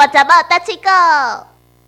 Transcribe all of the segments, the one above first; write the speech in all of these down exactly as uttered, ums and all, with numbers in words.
怎么大七个？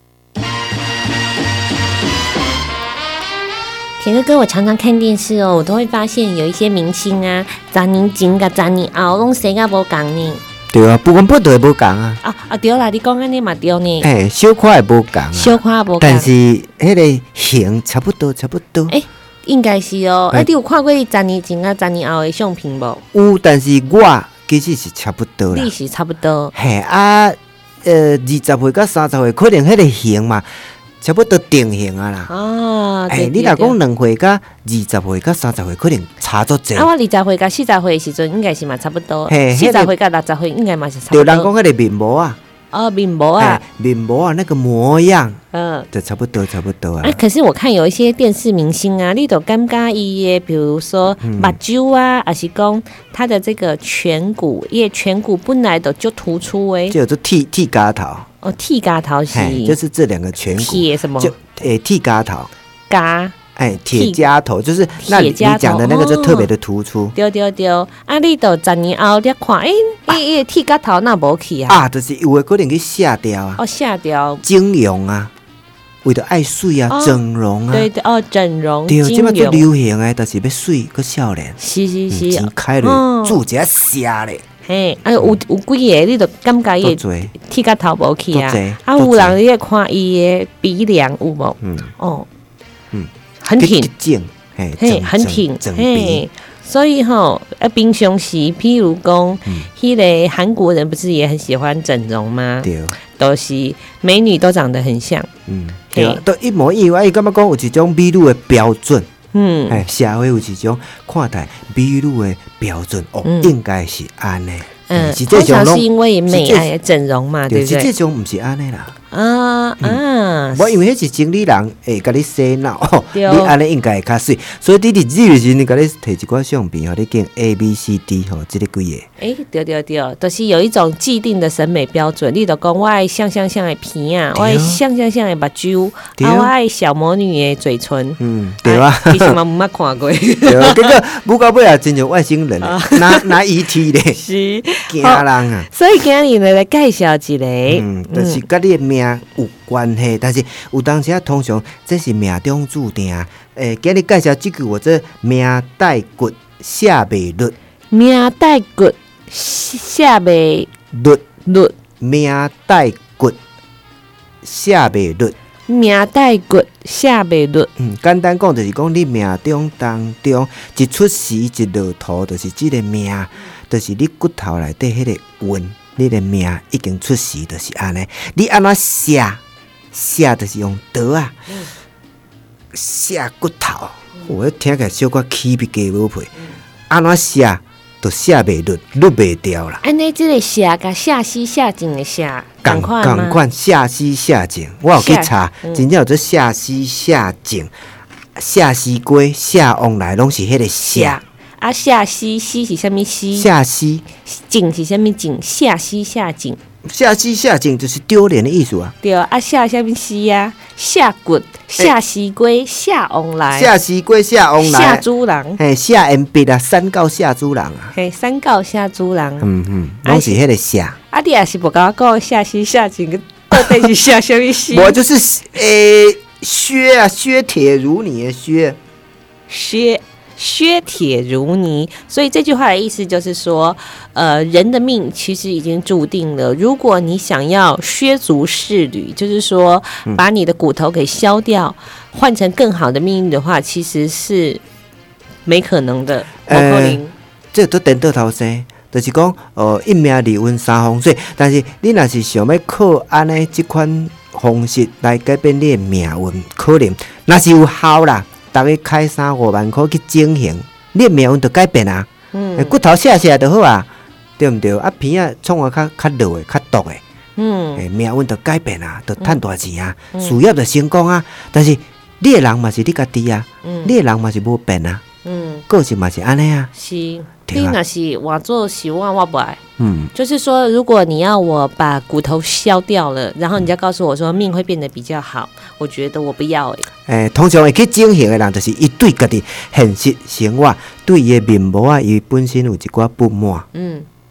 田哥哥，我常常看电视哦，我都会发现有一些明星啊，十年前甲十年后拢生甲无共呢。 对啊，不管不对无共啊。 啊啊对啦，你讲安尼嘛对呢。 哎、欸，小可也无共啊， 小可也无共， 但是迄个型差不多，差不多。 哎、欸，应该是哦。哎、欸，你有看过十年前啊、十年后的相片无？ 有，但是我其实是差不多啦。 你是差不多。 嘿啊，呃，二十岁到三十岁，可能迄个型嘛。差不多定型啊啦！ 哦， 哎、欸，你若讲两岁到二十岁到三十岁，可能差足济。 啊，我二十岁到四十岁的时阵，应该是嘛差不多。四十岁到六十岁，应该嘛是差不多。 就人讲迄个面膜啊， 哦，面膜啊， 面膜啊，那个模样， 嗯， 就差不多，差不多啊。 啊，可是我看有一些电视明星啊，你都感觉伊的，比如说目睭啊，还是讲他的这个颧骨，因为颧骨本来都就突出诶， 就做剃剃嘎头。 哦，剃嘎头是， 就是这两个颧骨。 铁什么？ 就诶，剃嘎头。 嘎。 哎，铁夹头就是那你讲的那个就特别的突出。 对对对，啊，你到十年后你看，哎、欸，伊伊剃嘎头那无去啊？ 啊，就是有的可能去下掉啊。 哦，下掉。 整容啊，为了爱水啊，哦、整容啊。 对对哦，整容。 对，即摆最流行的，就是要水个少年。 是是是。 钱开了，做一下下咧。 嘿，啊有有几个你都感觉伊剃甲头无去啊？啊，有人你看伊的鼻梁有无？嗯，哦，嗯，很挺，嘿，很挺，嘿，所以吼，啊，平常时，譬如讲，迄个韩国人不是也很喜欢整容吗？ 对， 都是美女都长得很像， 嗯，对，都一模一样。伊感觉讲有一种美女的标准。嗯，哎，社会有一种看待美女的标准，哦，嗯、应该是安尼。 嗯，通常是因为美爱整容嘛，对不对？ 实际上不是安尼啦。 啊、嗯、啊！ 我因为迄是经理人会甲你洗脑，哦、你安尼应该会较水。所以你伫日时你甲你摕一寡相片，吼，你见 A B C D 吼，即个几个。 诶、欸，对对对，就是有一种既定的审美标准。你就讲我爱像像像的鼻啊，我爱像像像的目睭，啊，我爱小魔女的嘴唇。 嗯，对啊。 其实嘛，毋捌看过。 对啊，结果舞到尾啊，真像外星人咧，拿拿 E T 咧， 是惊人啊。 所以今日呢来介绍一个， 嗯，就是甲你的命有关系，但是有当时啊，通常这是命中注定。诶，今日介绍这句，我这命带骨下袂律， 命带骨下袂律律， 命带骨下袂律， 命带骨下袂律。 嗯，简单讲就是讲你命中当中一出世一落土，就是这个命，就是你骨头内底迄个运。你的命已经出世，就是安尼。你安怎写？写就是用刀啊，写骨头。我听起来小可起比鸡母皮。安怎写？就写袂律，律袂掉啦。 安尼即个写甲下西下井的写， 共款共款下西下井。我有去查，真正有做下西下井、下西龟、下往来，拢是迄个写。 啊，下西西是啥物西？ 下西井是啥物井？下西下井， 下西下井就是丢脸的意思啊。 对啊，下啥物西啊？下骨、下西龟、下往来、 下西龟、下往来、 下猪人， 嘿，下鉛笔啊，三告下猪人啊， 嘿，三告下猪人， 嗯嗯，拢是迄个下。 啊，你也是无甲我讲下西下井，到底是下啥物西？ 我就是诶，削啊，削铁如泥的削， 削。削铁如泥，所以这句话的意思就是说，呃，人的命其实已经注定了。如果你想要削足适履，就是说把你的骨头给削掉，换成更好的命运的话，其实是没可能的。不可能。呃、 这都颠倒头生，就是讲，呃，一命二运三风水。但是你若是想要靠安尼这款方式来改变你的命运，可能那是有效啦。大约开三五万块去整形，你命运就改变啊！嗯，骨头卸下来就好啊，对唔对？啊，鼻啊创啊较较弱的、较毒的，嗯，诶，命运就改变啊，就赚大钱啊，嗯、事业就成功啊。但是你的人嘛是你家己啊，嗯、你的人嘛是无变啊，嗯，个性嘛是安尼啊， 是。你若是我做希望我不爱，嗯，就是说，如果你要我把骨头削掉了，然后你再告诉我说命会变得比较好，我觉得我不要诶、 欸。诶、欸，通常会去整形的人，就是伊对家己现实生活对伊的面膜啊，伊本身有一寡不满，嗯，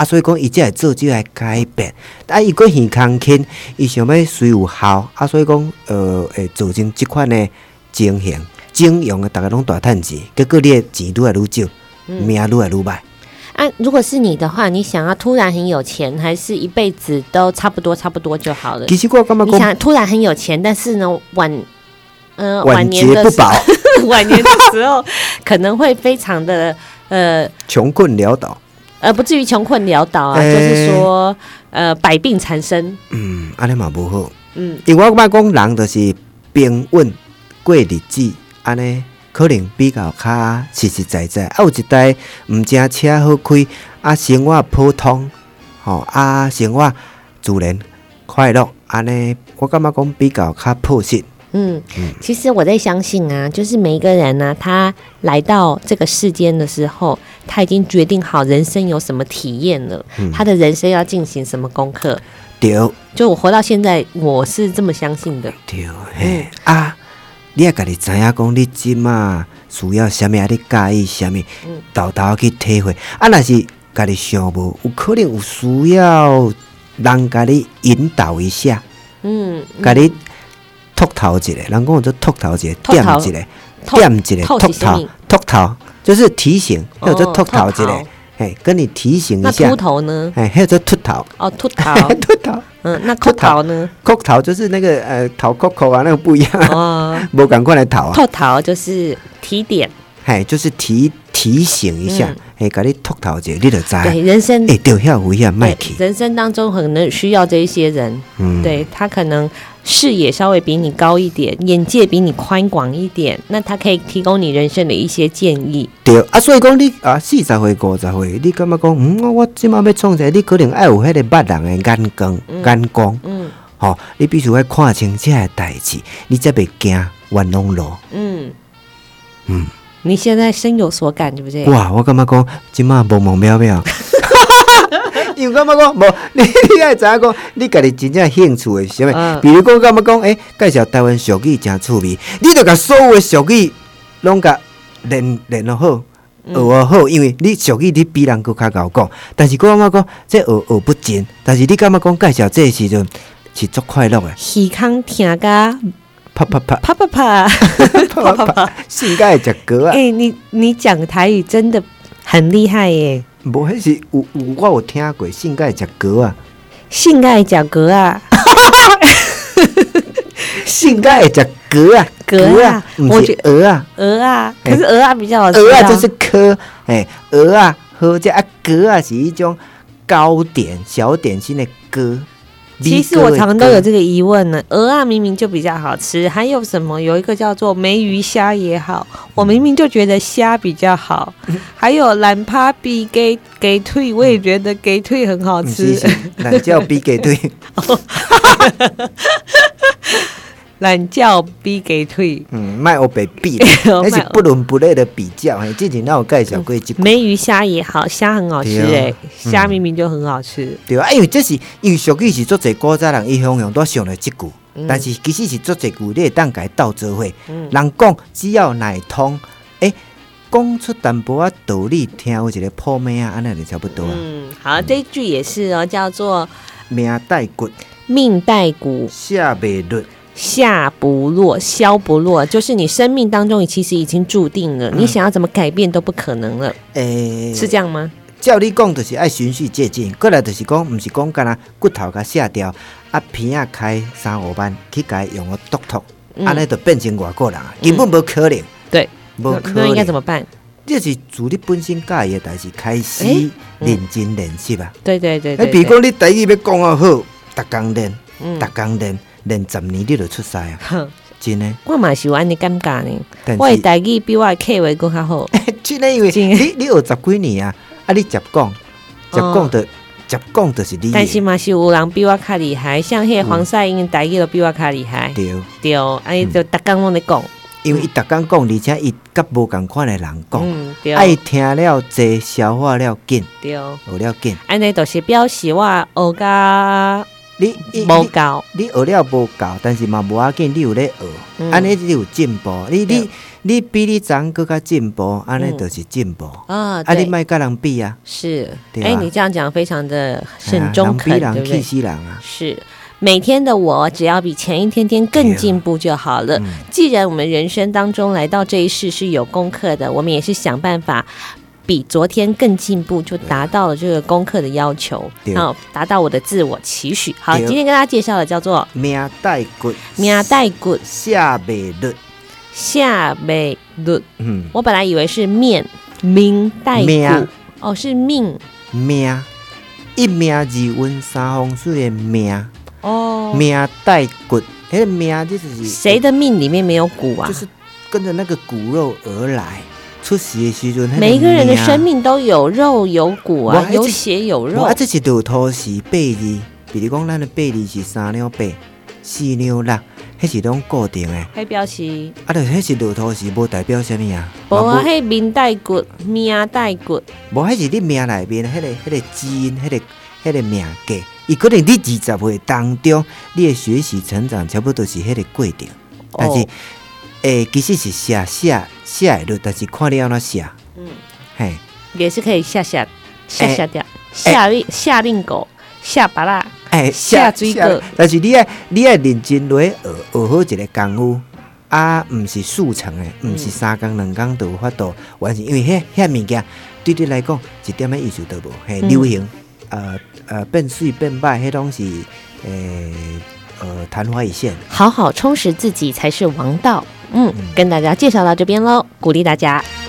啊，所以讲伊才会做即个改变。啊，伊个耳康轻，伊想要随有效，啊，所以讲呃会造成即款的情形，整容的大家拢大趁钱，结果你的钱愈来愈少，命愈来愈歹。 啊，如果是你的话，你想要突然很有钱，还是一辈子都差不多差不多就好了？ 其实我感觉你讲， 想突然很有钱，但是呢晚呃晚年的节不保， 晚年的时候可能会非常的呃穷困潦倒。 呃不至于穷困潦倒啊， 欸就是说呃百病缠身。 嗯，安尼嘛无好。 嗯， 因为我感觉讲人就是平稳过日子，安尼可能比较较实实在在。啊，有一台毋正车好开，啊，生活普通，吼、啊，生活自然快乐，安尼我感觉讲比较较朴实。 嗯，其实我在相信啊，就是每一个人呢、啊，他来到这个世间的时候，他已经决定好人生有什么体验了，嗯、他的人生要进行什么功课。 对， 就我活到现在，我是这么相信的。 对，嘿、嗯、啊，你也家己知影讲，你即马需要什么，啊，你介意什么，豆豆去体会。啊，若是家己想无，有可能有需要人家你引导一下，嗯，家你。秃头一个，人讲做秃头一个，点一个，点一个，秃头，秃头就是提醒，叫做秃头一个，哎，跟你提醒一下。 那秃头呢？ 哎，叫做秃头。 哦，秃头， 秃头。 嗯，那秃头呢？ 秃头就是那个呃头壳壳啊，那个不一样。哦，无赶快来头啊。 秃头就是提点， 哎，就是提提醒一下，哎，给你秃头一个，你就知。 对，人生哎，对，遐危险，卖去。 人生当中可能需要这一些人，嗯，对他可能。视野稍微比你高一点，眼界比你宽广一点，那他可以提供你人生的一些建议。 对啊，所以讲你啊，四十岁、五十岁，你感觉讲，嗯，我我即马要创啥？你可能爱有迄个捌人的眼光、嗯、眼光，嗯，吼、哦，你必须要看清这个代志，你才袂惊冤枉路。嗯嗯，你现在深有所感，对不对？ 哇，我感觉讲，即马茫茫渺渺。因为感觉讲，无你你爱知影讲，你家己真正兴趣的什么？嗯、比如讲，感觉讲，诶、欸，介绍台湾俗语真趣味，你著甲所有的俗语拢甲练练得好，学得好，因为你俗语你比人佫较敖讲。但是我感觉讲，这学学不精，但是你感觉讲介绍这时阵是足快乐的。 耳康听甲啪啪啪啪啪啪啪啪啪， 性格会食果啊！ 哎、欸，你你讲台语真的很厉害耶！ 无，迄是有有我有听过，性格会食果啊， 性格会食果啊， 性格会食果啊， 果啊， 不是鹅啊， 鹅啊，可是鹅啊比较好吃、啊， 鹅啊就是壳，哎，鹅啊好食啊，果啊是一种糕点小点心的果。 其实我常常都有这个疑问呢，鹅啊明明就比较好吃，还有什么有一个叫做梅鱼虾也好，我明明就觉得虾比较好，还有懒趴比给给腿，我也觉得给腿很好吃， 懒叫比给腿， 懒叫比给腿， 嗯，卖我被比，那是不伦不类的比较，哎，之前那有介绍过一梅鱼虾也好，虾很好吃哎，虾明明就很好吃， 对啊，因为这是因为俗语是做侪古早人伊向向都想了这句，嗯、但是其实是做侪句你会当家斗做伙，嗯、人讲只要乃通，哎、欸，讲出淡薄仔道理，听有一个破命啊，安尼就差不多啊。 嗯，好，这一句也是哦，叫做命带骨， 命带骨， 下袂落。 下不落，消不落，就是你生命当中其实已经注定了，嗯、你想要怎么改变都不可能了。诶、欸，是这样吗？ 照你讲，就是爱循序渐进。过来就是讲，唔是讲干那骨头甲卸掉，啊片啊开三五万去改用个剁剁，安尼就变成外国人，根本无可能。嗯、 对， 无可能。 那应该怎么办？ 就是自你本身介意的代志开始认真练习啊。 对对对对。 比如讲你台语要讲啊好，逐工练，逐工练。练十年你就出师啊！真的， 我嘛是有安尼感觉呢。我的台语比我的客话更较好。 真的，因为你你学十几年啊，啊你接讲，接讲的接讲就是你。 但是嘛是有人比我较厉害，像迄个黄赛英的台语都比我较厉害。 对对，安尼就逐工拢在讲。 因为伊逐工讲，而且伊甲无共款的人讲，爱听了济，消化了紧， 对， 学了紧。 安尼就是表示我学甲。 你你无够， 你学了无够，但是嘛无要紧，你有咧学，安尼、嗯、你有进步。你你你比你昨更加进步，安尼就是进步。 啊， 啊，你莫甲人比啊。 是，哎、欸，你这样讲非常的很中肯， 人比人气死人啊。 是。每天的我只要比前一天天更进步就好了、嗯、既然我们人生当中来到这一世是有功课的，我们也是想办法比昨天更进步，就达到了这个功课的要求，然后达到我的自我期许。好，今天跟大家介绍的叫做命带骨， 命带骨下袂律， 下袂律。嗯，我本来以为是面命带骨，哦，是命命，一命二运三风水的命。 哦， 命带骨，那个命就是谁的命里面没有骨啊？ 就是跟着那个骨肉而来。出世的时阵， 每一个人的生命都有肉有骨啊，有血有肉。 啊，这是就土是八字，比如讲咱的八字是三两八、四两六，迄是拢固定的。 迄表示啊，就迄是落土是无代表什么啊？ 无啊，迄命带骨，命带骨。 无，迄是你命内面迄个、迄个基因、迄个、迄个命格。伊可能你二十岁当中，你的学习成长差不多是迄个过程，哦、但是诶、欸，其实是写写写的，但是看你要怎写。嗯，嘿， 也是可以下下下下掉，下令下令狗下巴拉，哎，下水果。 但是你爱你爱认真来学学好一个功夫啊，唔是速成的，唔是三工两工就有法度完成，因为迄遐物件对你来讲一点仔意思都无，嘿，流行。呃呃，变水变败，迄东西，呃呃，昙花一现。 好好充实自己才是王道。嗯，嗯跟大家介绍到这边喽，鼓励大家